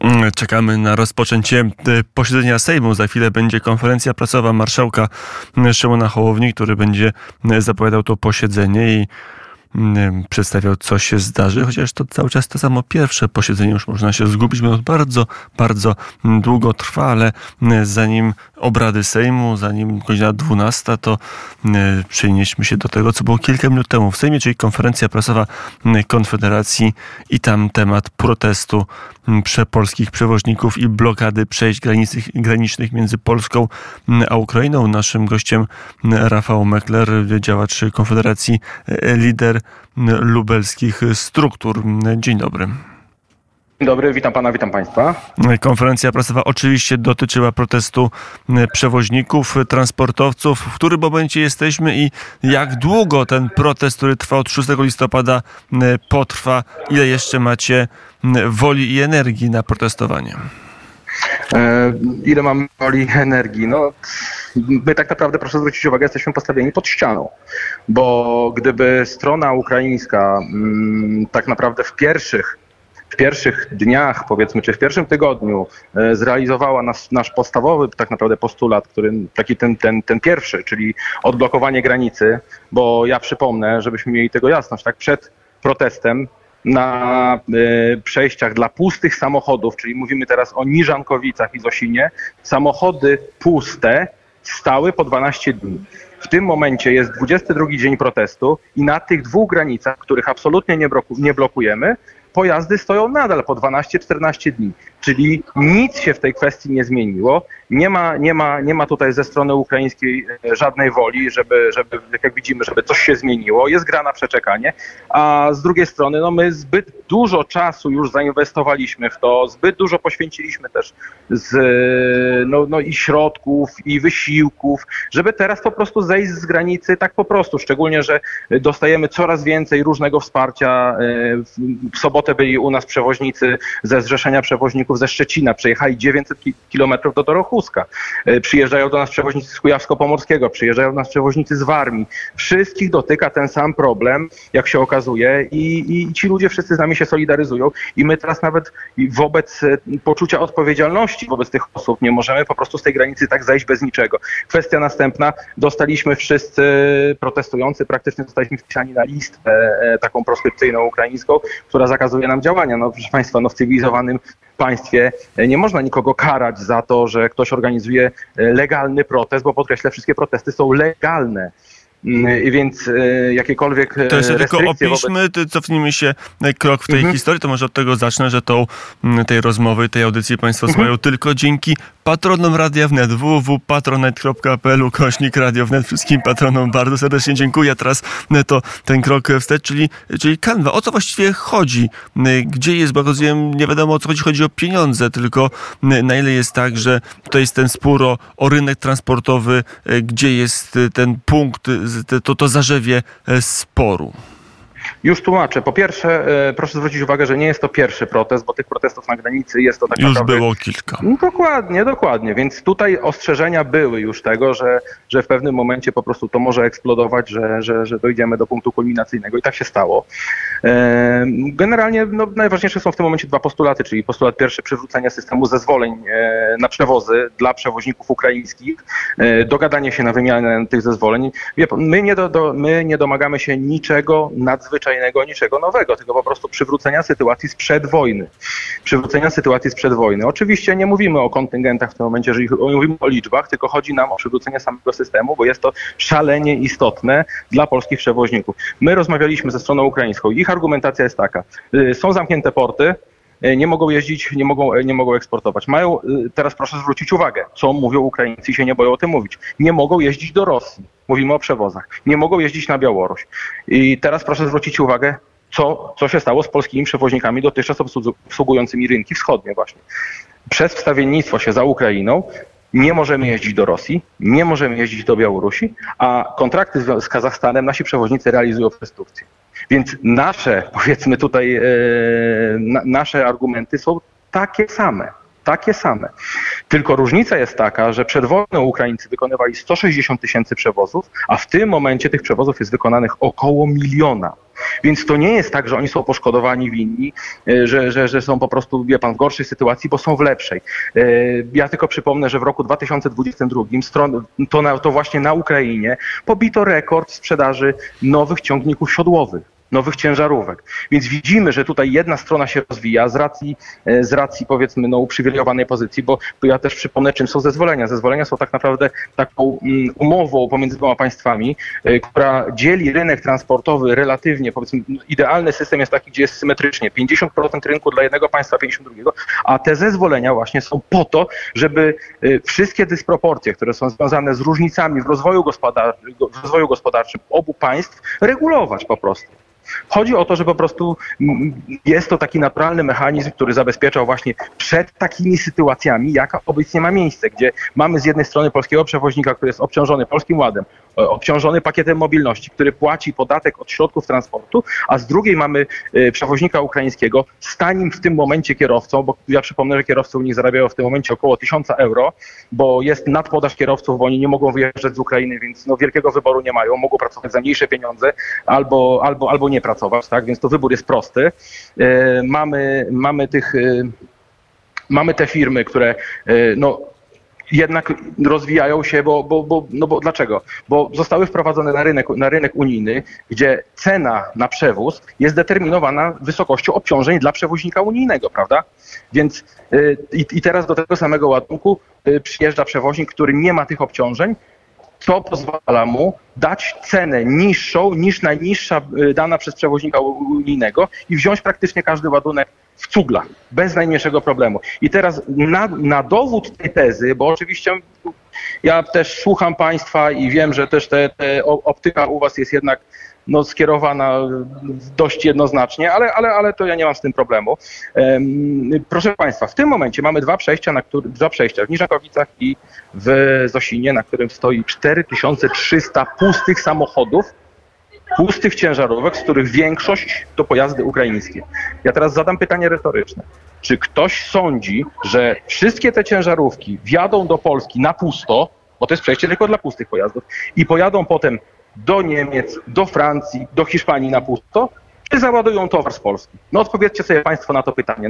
Czekamy na rozpoczęcie posiedzenia Sejmu. Za chwilę będzie konferencja prasowa marszałka Szymona Hołowni, który będzie zapowiadał to posiedzenie i przedstawiał, co się zdarzy, chociaż to cały czas to samo pierwsze posiedzenie, już można się zgubić, bo bardzo, bardzo długo trwa, ale zanim obrady Sejmu, zanim godzina 12, to przenieśmy się do tego, co było kilka minut temu w Sejmie, czyli konferencja prasowa Konfederacji i tam temat protestu polskich przewoźników i blokady przejść granicznych między Polską a Ukrainą. Naszym gościem Rafał Mekler, działacz Konfederacji, lider lubelskich struktur. Dzień dobry. Dzień dobry, witam pana, witam państwa. Konferencja prasowa oczywiście dotyczyła protestu przewoźników, transportowców. W którym momencie jesteśmy i jak długo ten protest, który trwa od 6 listopada, potrwa? Ile jeszcze macie woli i energii na protestowanie? Ile mam woli i energii? No, my tak naprawdę, proszę zwrócić uwagę, jesteśmy postawieni pod ścianą, bo gdyby strona ukraińska tak naprawdę w pierwszych dniach, powiedzmy, czy w pierwszym tygodniu zrealizowała nasz podstawowy tak naprawdę postulat, który taki ten pierwszy, czyli odblokowanie granicy, bo ja przypomnę, żebyśmy mieli tego jasność, tak przed protestem na przejściach dla pustych samochodów, czyli mówimy teraz o Niżankowicach i Zosinie, samochody puste stały po 12 dni. W tym momencie jest 22 dzień protestu i na tych dwóch granicach, których absolutnie nie blokujemy, pojazdy stoją nadal po 12-14 dni. Czyli nic się w tej kwestii nie zmieniło. Nie ma tutaj ze strony ukraińskiej żadnej woli, żeby jak widzimy, żeby coś się zmieniło. Jest gra na przeczekanie, a z drugiej strony no my zbyt dużo czasu już zainwestowaliśmy w to, zbyt dużo poświęciliśmy też i środków, i wysiłków, żeby teraz po prostu zejść z granicy tak po prostu. Szczególnie, że dostajemy coraz więcej różnego wsparcia. W sobotę byli u nas przewoźnicy ze Zrzeszenia Przewoźników ze Szczecina, przejechali 900 kilometrów do Dorochuska. Przyjeżdżają do nas przewoźnicy z Kujawsko-Pomorskiego, przyjeżdżają do nas przewoźnicy z Warmii. Wszystkich dotyka ten sam problem, jak się okazuje, i ci ludzie wszyscy z nami się solidaryzują i my teraz nawet wobec poczucia odpowiedzialności wobec tych osób nie możemy po prostu z tej granicy tak zejść bez niczego. Kwestia następna, dostaliśmy wszyscy protestujący, praktycznie zostaliśmy wpisani na listę taką proskrypcyjną ukraińską, która zakazuje nam działania. No proszę państwa, w cywilizowanym państwie nie można nikogo karać za to, że ktoś organizuje legalny protest, bo podkreślę, wszystkie protesty są legalne. Więc jakiekolwiek to jeszcze tylko opiszmy, cofnijmy się krok w tej historii, to może od tego zacznę, że tej rozmowy, tej audycji państwo słuchają tylko dzięki patronom Radia Wnet, www.patronite.pl/Radio Wnet. Wszystkim patronom bardzo serdecznie dziękuję. Teraz to ten krok wstecz, czyli kanwa. O co właściwie chodzi? Gdzie jest, bo rozumiem, nie wiadomo o co chodzi, chodzi o pieniądze, tylko na ile jest tak, że to jest ten spór o rynek transportowy, gdzie jest ten punkt, to zarzewie sporu. Już tłumaczę. Po pierwsze, proszę zwrócić uwagę, że nie jest to pierwszy protest, bo tych protestów na granicy jest to tak naprawdę... Już było kilka. Dokładnie. Więc tutaj ostrzeżenia były już tego, że w pewnym momencie po prostu to może eksplodować, że dojdziemy do punktu kulminacyjnego i tak się stało. Generalnie najważniejsze są w tym momencie dwa postulaty, czyli postulat pierwszy, przywrócenie systemu zezwoleń na przewozy dla przewoźników ukraińskich, dogadanie się na wymianę tych zezwoleń. My nie domagamy się niczego nadzwyczajnego, niczego nowego, tylko po prostu przywrócenia sytuacji sprzed wojny. Oczywiście nie mówimy o kontyngentach w tym momencie, jeżeli mówimy o liczbach, tylko chodzi nam o przywrócenie samego systemu, bo jest to szalenie istotne dla polskich przewoźników. My rozmawialiśmy ze stroną ukraińską. Ich argumentacja jest taka. Są zamknięte porty, nie mogą jeździć, nie mogą eksportować. Teraz proszę zwrócić uwagę, co mówią Ukraińcy i się nie boją o tym mówić. Nie mogą jeździć do Rosji. Mówimy o przewozach. Nie mogą jeździć na Białoruś. I teraz proszę zwrócić uwagę, co się stało z polskimi przewoźnikami dotychczas obsługującymi rynki wschodnie właśnie. Przez wstawiennictwo się za Ukrainą nie możemy jeździć do Rosji, nie możemy jeździć do Białorusi, a kontrakty z Kazachstanem nasi przewoźnicy realizują przez Turcję. Więc powiedzmy tutaj, nasze argumenty są takie same. Tylko różnica jest taka, że przed wojną Ukraińcy wykonywali 160 000 przewozów, a w tym momencie tych przewozów jest wykonanych około 1 000 000. Więc to nie jest tak, że oni są poszkodowani, winni, że są po prostu, wie pan, w gorszej sytuacji, bo są w lepszej. Ja tylko przypomnę, że w roku 2022 to właśnie na Ukrainie pobito rekord sprzedaży nowych ciągników siodłowych, nowych ciężarówek. Więc widzimy, że tutaj jedna strona się rozwija z racji powiedzmy uprzywilejowanej pozycji, bo ja też przypomnę, czym są zezwolenia. Zezwolenia są tak naprawdę taką umową pomiędzy dwoma państwami, która dzieli rynek transportowy relatywnie, powiedzmy, idealny system jest taki, gdzie jest symetrycznie, 50% rynku dla jednego państwa, 50% drugiego, a te zezwolenia właśnie są po to, żeby wszystkie dysproporcje, które są związane z różnicami w rozwoju gospodarczym obu państw, regulować po prostu. Chodzi o to, że po prostu jest to taki naturalny mechanizm, który zabezpieczał właśnie przed takimi sytuacjami, jaka obecnie ma miejsce, gdzie mamy z jednej strony polskiego przewoźnika, który jest obciążony Polskim Ładem, obciążony pakietem mobilności, który płaci podatek od środków transportu, a z drugiej mamy przewoźnika ukraińskiego z tanim w tym momencie kierowcą, bo ja przypomnę, że kierowcy u nich zarabiają w tym momencie około 1000 euro, bo jest nadpodaż kierowców, bo oni nie mogą wyjeżdżać z Ukrainy, więc wielkiego wyboru nie mają, mogą pracować za mniejsze pieniądze albo nie pracować, tak? Więc to wybór jest prosty. Mamy te firmy, które jednak rozwijają się, bo dlaczego? Bo zostały wprowadzone na rynek unijny, gdzie cena na przewóz jest determinowana wysokością obciążeń dla przewoźnika unijnego, prawda? Więc i teraz do tego samego ładunku przyjeżdża przewoźnik, który nie ma tych obciążeń, co pozwala mu dać cenę niższą niż najniższa dana przez przewoźnika unijnego i wziąć praktycznie każdy ładunek w cuglach, bez najmniejszego problemu. I teraz na dowód tej tezy, bo oczywiście ja też słucham państwa i wiem, że też optyka u was jest jednak skierowana dość jednoznacznie, ale to ja nie mam z tym problemu. Proszę państwa, w tym momencie mamy dwa przejścia w Niżakowicach i w Zosinie, na którym stoi 4300 pustych samochodów, pustych ciężarówek, z których większość to pojazdy ukraińskie. Ja teraz zadam pytanie retoryczne. Czy ktoś sądzi, że wszystkie te ciężarówki wjadą do Polski na pusto, bo to jest przejście tylko dla pustych pojazdów, i pojadą potem do Niemiec, do Francji, do Hiszpanii na pusto, czy załadują towar z Polski? Odpowiedzcie sobie państwo na to pytanie.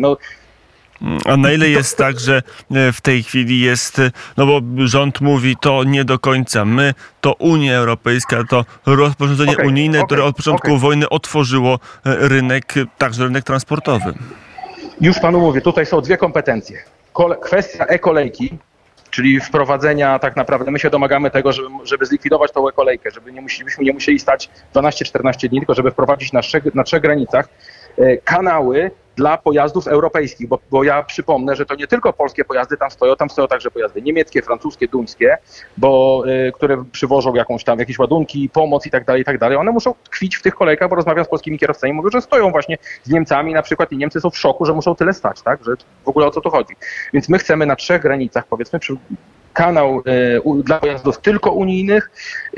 A na ile jest tak, że w tej chwili jest, bo rząd mówi, to nie do końca my, to Unia Europejska, to rozporządzenie unijne, które od początku wojny otworzyło rynek, także rynek transportowy. Już panu mówię, tutaj są dwie kompetencje. Kwestia e-kolejki, czyli wprowadzenia, tak naprawdę my się domagamy tego, żeby zlikwidować tą e-kolejkę, żebyśmy nie musieli stać 12-14 dni, tylko żeby wprowadzić na trzech granicach kanały dla pojazdów europejskich, bo ja przypomnę, że to nie tylko polskie pojazdy tam stoją także pojazdy niemieckie, francuskie, duńskie, które przywożą jakieś ładunki, pomoc i tak dalej. One muszą tkwić w tych kolejkach, bo rozmawiam z polskimi kierowcami, mówią, że stoją właśnie z Niemcami na przykład i Niemcy są w szoku, że muszą tyle stać, tak, że w ogóle o co tu chodzi. Więc my chcemy na trzech granicach, powiedzmy, kanał dla pojazdów tylko unijnych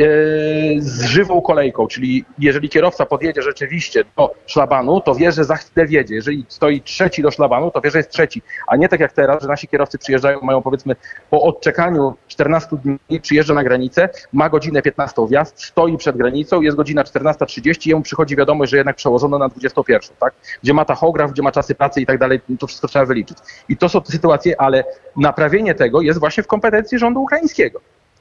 z żywą kolejką, czyli jeżeli kierowca podjedzie rzeczywiście do szlabanu, to wie, że za chwilę wjedzie. Jeżeli stoi trzeci do szlabanu, to wie, że jest trzeci. A nie tak jak teraz, że nasi kierowcy przyjeżdżają, mają powiedzmy po odczekaniu 14 dni, przyjeżdża na granicę, ma godzinę 15 wjazd, stoi przed granicą, jest godzina 14:30 i jemu przychodzi wiadomość, że jednak przełożono na 21, tak? Gdzie ma tachograf, gdzie ma czasy pracy i tak dalej, to wszystko trzeba wyliczyć. I to są te sytuacje, ale naprawienie tego jest właśnie w kompetencji rządu ukraińskiego.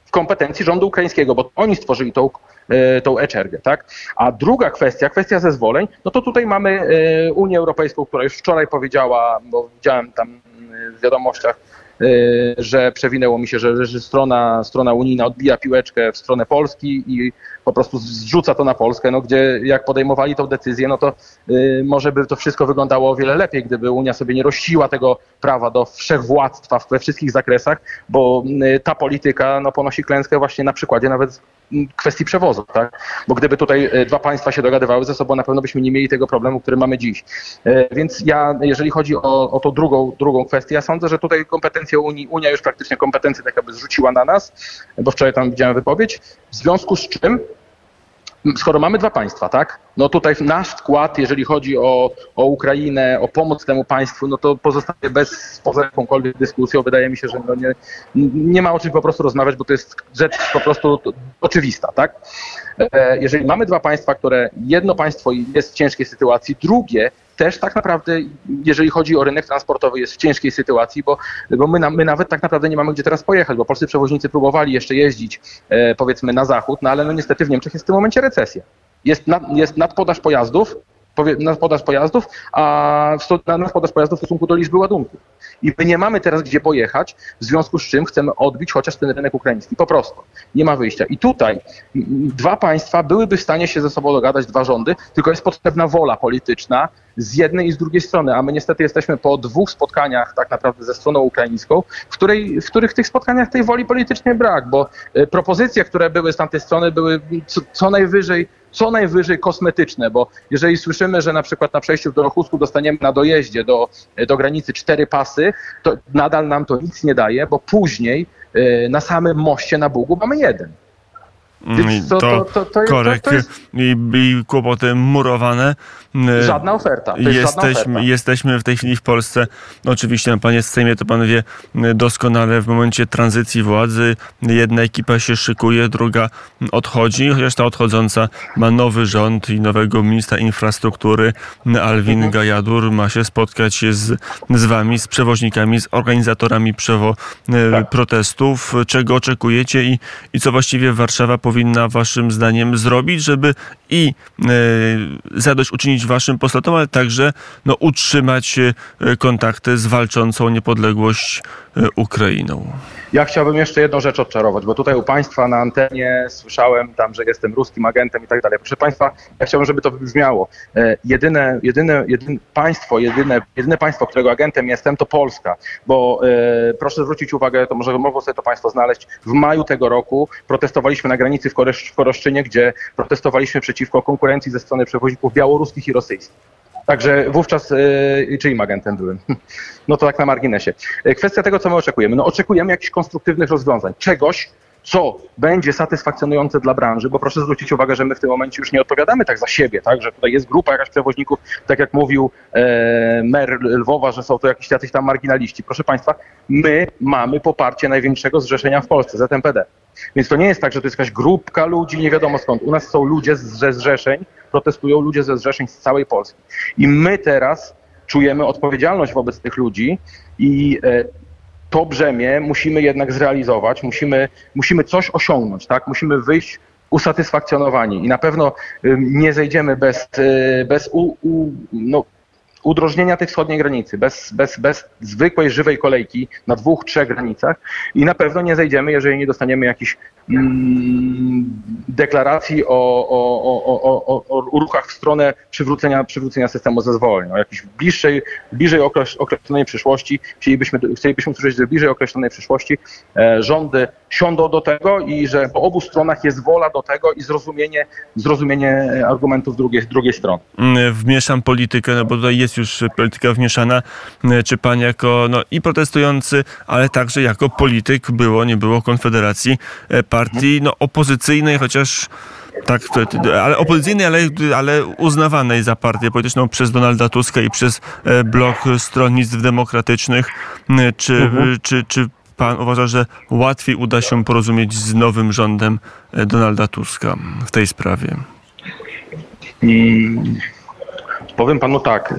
Bo oni stworzyli tą e-czergę, tak? A druga kwestia zezwoleń, to tutaj mamy Unię Europejską, która już wczoraj powiedziała, bo widziałem tam w wiadomościach, że przewinęło mi się, że strona unijna odbija piłeczkę w stronę Polski i po prostu zrzuca to na Polskę, gdzie jak podejmowali tą decyzję, to może by to wszystko wyglądało o wiele lepiej, gdyby Unia sobie nie rościła tego prawa do wszechwładztwa we wszystkich zakresach, bo ta polityka ponosi klęskę właśnie na przykładzie nawet kwestii przewozu, tak? Bo gdyby tutaj dwa państwa się dogadywały ze sobą, na pewno byśmy nie mieli tego problemu, który mamy dziś. Więc jeżeli chodzi o tą drugą kwestię, ja sądzę, że tutaj kompetencje Unia już praktycznie kompetencje tak jakby zrzuciła na nas, bo wczoraj tam widziałem wypowiedź, w związku z czym skoro mamy dwa państwa, tak? No tutaj nasz wkład, jeżeli chodzi o Ukrainę, o pomoc temu państwu, no to pozostaje poza jakąkolwiek dyskusją. Wydaje mi się, że no nie ma o czym po prostu rozmawiać, bo to jest rzecz po prostu oczywista, tak? Jeżeli mamy dwa państwa, jedno państwo jest w ciężkiej sytuacji, drugie też tak naprawdę, jeżeli chodzi o rynek transportowy, jest w ciężkiej sytuacji, bo my nawet tak naprawdę nie mamy gdzie teraz pojechać, bo polscy przewoźnicy próbowali jeszcze jeździć powiedzmy na zachód, no ale no niestety w Niemczech jest w tym momencie recesja. Jest nadpodaż pojazdów, a nadpodaż pojazdów w stosunku do liczby ładunków. I my nie mamy teraz gdzie pojechać, w związku z czym chcemy odbić chociaż ten rynek ukraiński. Po prostu. Nie ma wyjścia. I tutaj dwa państwa byłyby w stanie się ze sobą dogadać, dwa rządy, tylko jest potrzebna wola polityczna z jednej i z drugiej strony, a my niestety jesteśmy po 2 spotkaniach tak naprawdę ze stroną ukraińską, w których tych spotkaniach tej woli politycznej brak, bo propozycje, które były z tamtej strony, były co najwyżej kosmetyczne, bo jeżeli słyszymy, że na przykład na przejściu w Dorochusku dostaniemy na dojeździe do granicy 4 pasy, to nadal nam to nic nie daje, bo później na samym moście na Bugu mamy 1. To jest i kłopoty murowane. Żadna oferta. Jesteśmy w tej chwili w Polsce. Oczywiście, pan jest w Sejmie, to pan wie doskonale, w momencie tranzycji władzy jedna ekipa się szykuje, druga odchodzi, chociaż ta odchodząca ma nowy rząd i nowego ministra infrastruktury. Alvin Gajadur ma się spotkać z wami, z przewoźnikami, z organizatorami protestów. Czego oczekujecie i co właściwie Warszawa powinna waszym zdaniem zrobić, żeby i zadośćuczynić waszym postulatom, ale także utrzymać kontakty z walczącą o niepodległość Ukrainą? Ja chciałbym jeszcze jedną rzecz odczarować, bo tutaj u państwa na antenie słyszałem tam, że jestem ruskim agentem i tak dalej. Proszę państwa, ja chciałbym, żeby to wybrzmiało. Jedyne państwo, którego agentem jestem, to Polska, bo proszę zwrócić uwagę, to może mogą sobie to państwo znaleźć, w maju tego roku protestowaliśmy na granicy w Koroszczynie, gdzie protestowaliśmy przeciwko konkurencji ze strony przewoźników białoruskich i rosyjskich. Także wówczas czyim agentem byłem? No to tak na marginesie. Kwestia tego, co my oczekujemy. No oczekujemy jakichś konstruktywnych rozwiązań. Czegoś, co będzie satysfakcjonujące dla branży, bo proszę zwrócić uwagę, że my w tym momencie już nie odpowiadamy tak za siebie, tak, że tutaj jest grupa jakaś przewoźników, tak jak mówił mer Lwowa, że są to jacyś tam marginaliści. Proszę państwa, my mamy poparcie największego zrzeszenia w Polsce, ZMPD. Więc to nie jest tak, że to jest jakaś grupka ludzi, nie wiadomo skąd. U nas są ludzie ze zrzeszeń, protestują ludzie ze zrzeszeń z całej Polski. I my teraz czujemy odpowiedzialność wobec tych ludzi i to brzemię musimy jednak zrealizować, musimy coś osiągnąć, tak? Musimy wyjść usatysfakcjonowani i na pewno nie zejdziemy bez udrożnienia tej wschodniej granicy, bez zwykłej, żywej kolejki na 2-3 granicach i na pewno nie zejdziemy, jeżeli nie dostaniemy jakichś deklaracji o ruchach w stronę przywrócenia systemu zezwoleń. O jakiejś bliżej określonej przyszłości, chcielibyśmy usłyszeć, że bliżej określonej przyszłości rządy siądą do tego i że po obu stronach jest wola do tego i zrozumienie argumentów drugiej strony. Wmieszam politykę, no bo tutaj jest już polityka wmieszana. Czy pan jako i protestujący, ale także jako polityk nie było Konfederacji, partii opozycyjnej, chociaż tak, ale opozycyjnej, ale uznawanej za partię polityczną przez Donalda Tuska i przez blok stronnictw demokratycznych. Czy pan uważa, że łatwiej uda się porozumieć z nowym rządem Donalda Tuska w tej sprawie? Powiem panu tak.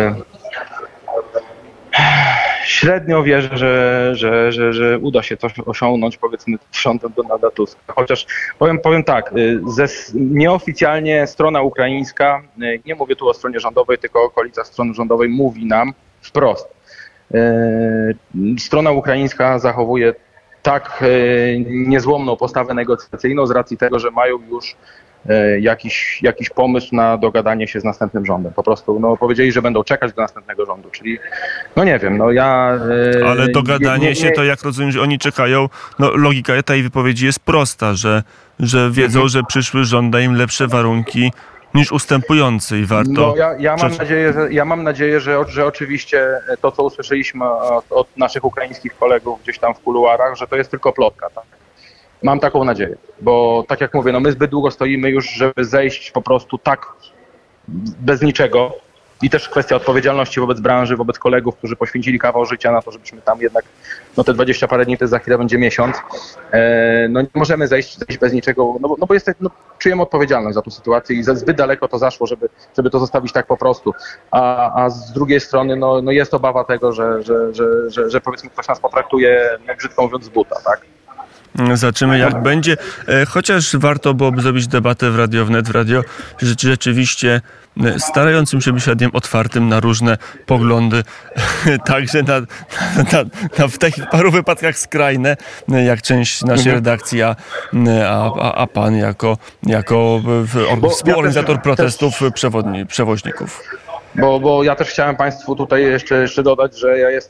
Średnio wierzę, że uda się coś osiągnąć, powiedzmy, z rządem Donalda Tuska. Chociaż powiem tak, nieoficjalnie strona ukraińska, nie mówię tu o stronie rządowej, tylko koalicja strony rządowej mówi nam wprost. Strona ukraińska zachowuje tak niezłomną postawę negocjacyjną z racji tego, że mają już jakiś pomysł na dogadanie się z następnym rządem. Po prostu powiedzieli, że będą czekać do następnego rządu, czyli nie wiem, Ale dogadanie się, to jak rozumiem, że oni czekają, logika tej wypowiedzi jest prosta, że wiedzą, że przyszły rząd da im lepsze warunki niż ustępujący i warto... Ja mam nadzieję, że oczywiście to, co usłyszeliśmy od naszych ukraińskich kolegów gdzieś tam w kuluarach, że to jest tylko plotka, tak? Mam taką nadzieję, bo tak jak mówię, no my zbyt długo stoimy już, żeby zejść po prostu tak bez niczego. I też kwestia odpowiedzialności wobec branży, wobec kolegów, którzy poświęcili kawał życia na to, żebyśmy tam jednak, no te 20 parę dni to za chwilę będzie miesiąc. No nie możemy zejść bez niczego, no bo czujemy odpowiedzialność za tę sytuację i zbyt daleko to zaszło, żeby to zostawić tak po prostu. A z drugiej strony no jest obawa tego, że powiedzmy ktoś nas potraktuje, no brzydko mówiąc, z buta, tak? Zobaczymy, jak będzie. Chociaż warto byłoby zrobić debatę w Radio Wnet, w radio rzeczywiście starającym się być radiem otwartym na różne poglądy, także w takich paru wypadkach skrajne, jak część naszej redakcji, a pan jako współorganizator protestów przewoźników. Bo ja też chciałem Państwu tutaj jeszcze dodać, że ja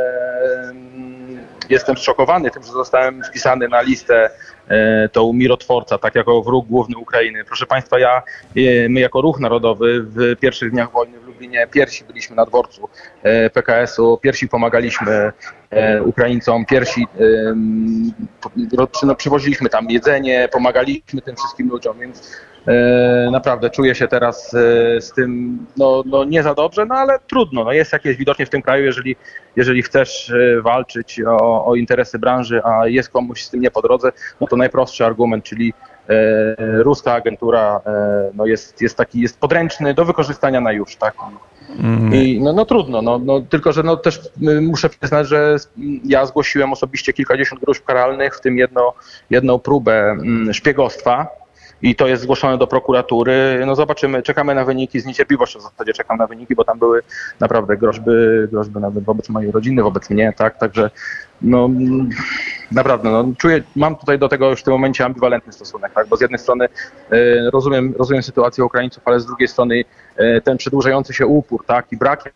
jestem zszokowany tym, że zostałem wpisany na listę tą mirotworca, tak jako wróg główny Ukrainy. Proszę Państwa, my jako Ruch Narodowy w pierwszych dniach wojny w Lublinie pierwsi byliśmy na dworcu PKS-u, pierwsi pomagaliśmy Ukraińcom, pierwsi przywoziliśmy tam jedzenie, pomagaliśmy tym wszystkim ludziom, więc naprawdę czuję się teraz z tym no nie za dobrze, no ale trudno. No jest jakieś widocznie w tym kraju, jeżeli chcesz walczyć o interesy branży, a jest komuś z tym nie po drodze, no to najprostszy argument, czyli ruska agentura no jest podręczny do wykorzystania na już, tak? I no trudno, tylko że też muszę przyznać, że ja zgłosiłem osobiście kilkadziesiąt gruźb karalnych, w tym jedną próbę szpiegostwa. I to jest zgłoszone do prokuratury. No zobaczymy, czekamy na wyniki, z niecierpliwością w zasadzie czekam na wyniki, bo tam były naprawdę groźby nawet wobec mojej rodziny, wobec mnie, tak? Także naprawdę mam tutaj do tego już w tym momencie ambiwalentny stosunek, tak? Bo z jednej strony rozumiem sytuację Ukraińców, ale z drugiej strony ten przedłużający się upór, tak? I brak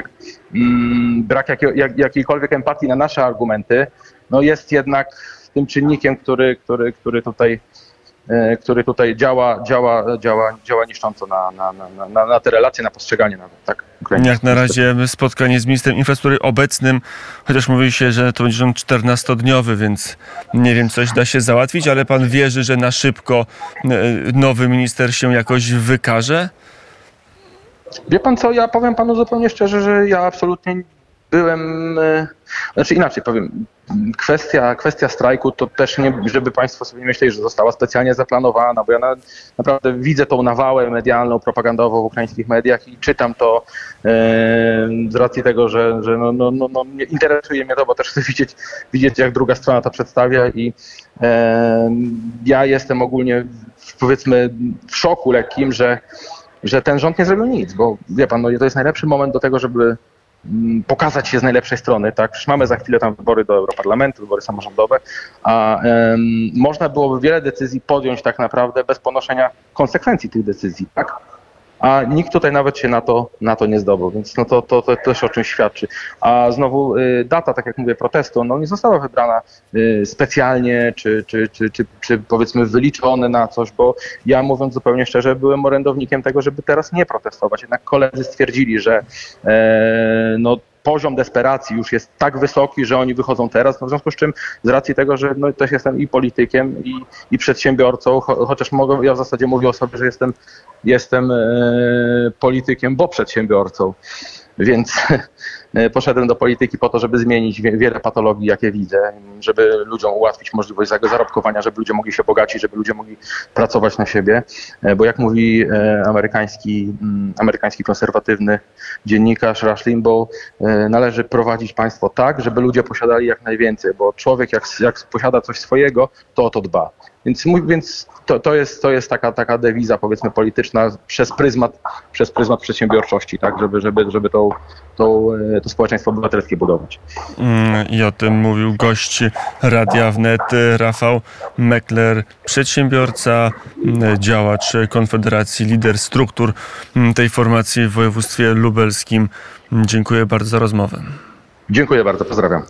jakiejkolwiek empatii na nasze argumenty, no jest jednak tym czynnikiem, który tutaj działa niszcząco na te relacje, na postrzeganie nawet, tak? Jak na razie spotkanie z ministrem infrastruktury obecnym, chociaż mówi się, że to będzie rząd 14-dniowy, więc nie wiem, coś da się załatwić, ale pan wierzy, że na szybko nowy minister się jakoś wykaże? Wie pan co, ja powiem panu zupełnie szczerze, że ja absolutnie inaczej powiem, kwestia strajku to też nie, żeby państwo sobie myśleli, że została specjalnie zaplanowana, bo ja naprawdę widzę tą nawałę medialną, propagandową w ukraińskich mediach i czytam to z racji tego, że interesuje mnie to, bo też chcę widzieć jak druga strona to przedstawia i ja jestem ogólnie powiedzmy w szoku lekkim, że ten rząd nie zrobił nic, bo wie pan, to jest najlepszy moment do tego, żeby pokazać się z najlepszej strony, tak? Przecież mamy za chwilę tam wybory do Europarlamentu, wybory samorządowe, a można byłoby wiele decyzji podjąć tak naprawdę bez ponoszenia konsekwencji tych decyzji, tak? A nikt tutaj nawet się na to nie zdobył, więc to też o czymś świadczy. A znowu data, tak jak mówię, protestu, nie została wybrana specjalnie, czy powiedzmy wyliczone na coś, bo ja mówiąc zupełnie szczerze, byłem orędownikiem tego, żeby teraz nie protestować. Jednak koledzy stwierdzili, że poziom desperacji już jest tak wysoki, że oni wychodzą teraz, w związku z czym z racji tego, że też jestem i politykiem, i przedsiębiorcą, chociaż ja w zasadzie mówię o sobie, że jestem politykiem, bo przedsiębiorcą, więc poszedłem do polityki po to, żeby zmienić wiele patologii, jakie widzę, żeby ludziom ułatwić możliwość zarobkowania, żeby ludzie mogli się bogacić, żeby ludzie mogli pracować na siebie, bo jak mówi amerykański konserwatywny dziennikarz Rush Limbaugh, należy prowadzić państwo tak, żeby ludzie posiadali jak najwięcej, bo człowiek jak posiada coś swojego, to o to dba. Więc to jest taka dewiza, powiedzmy, polityczna przez pryzmat przedsiębiorczości, tak, żeby to społeczeństwo obywatelskie budować. I o tym mówił gość Radia Wnet, Rafał Mekler, przedsiębiorca, działacz Konfederacji, lider struktur tej formacji w województwie lubelskim. Dziękuję bardzo za rozmowę. Dziękuję bardzo, pozdrawiam.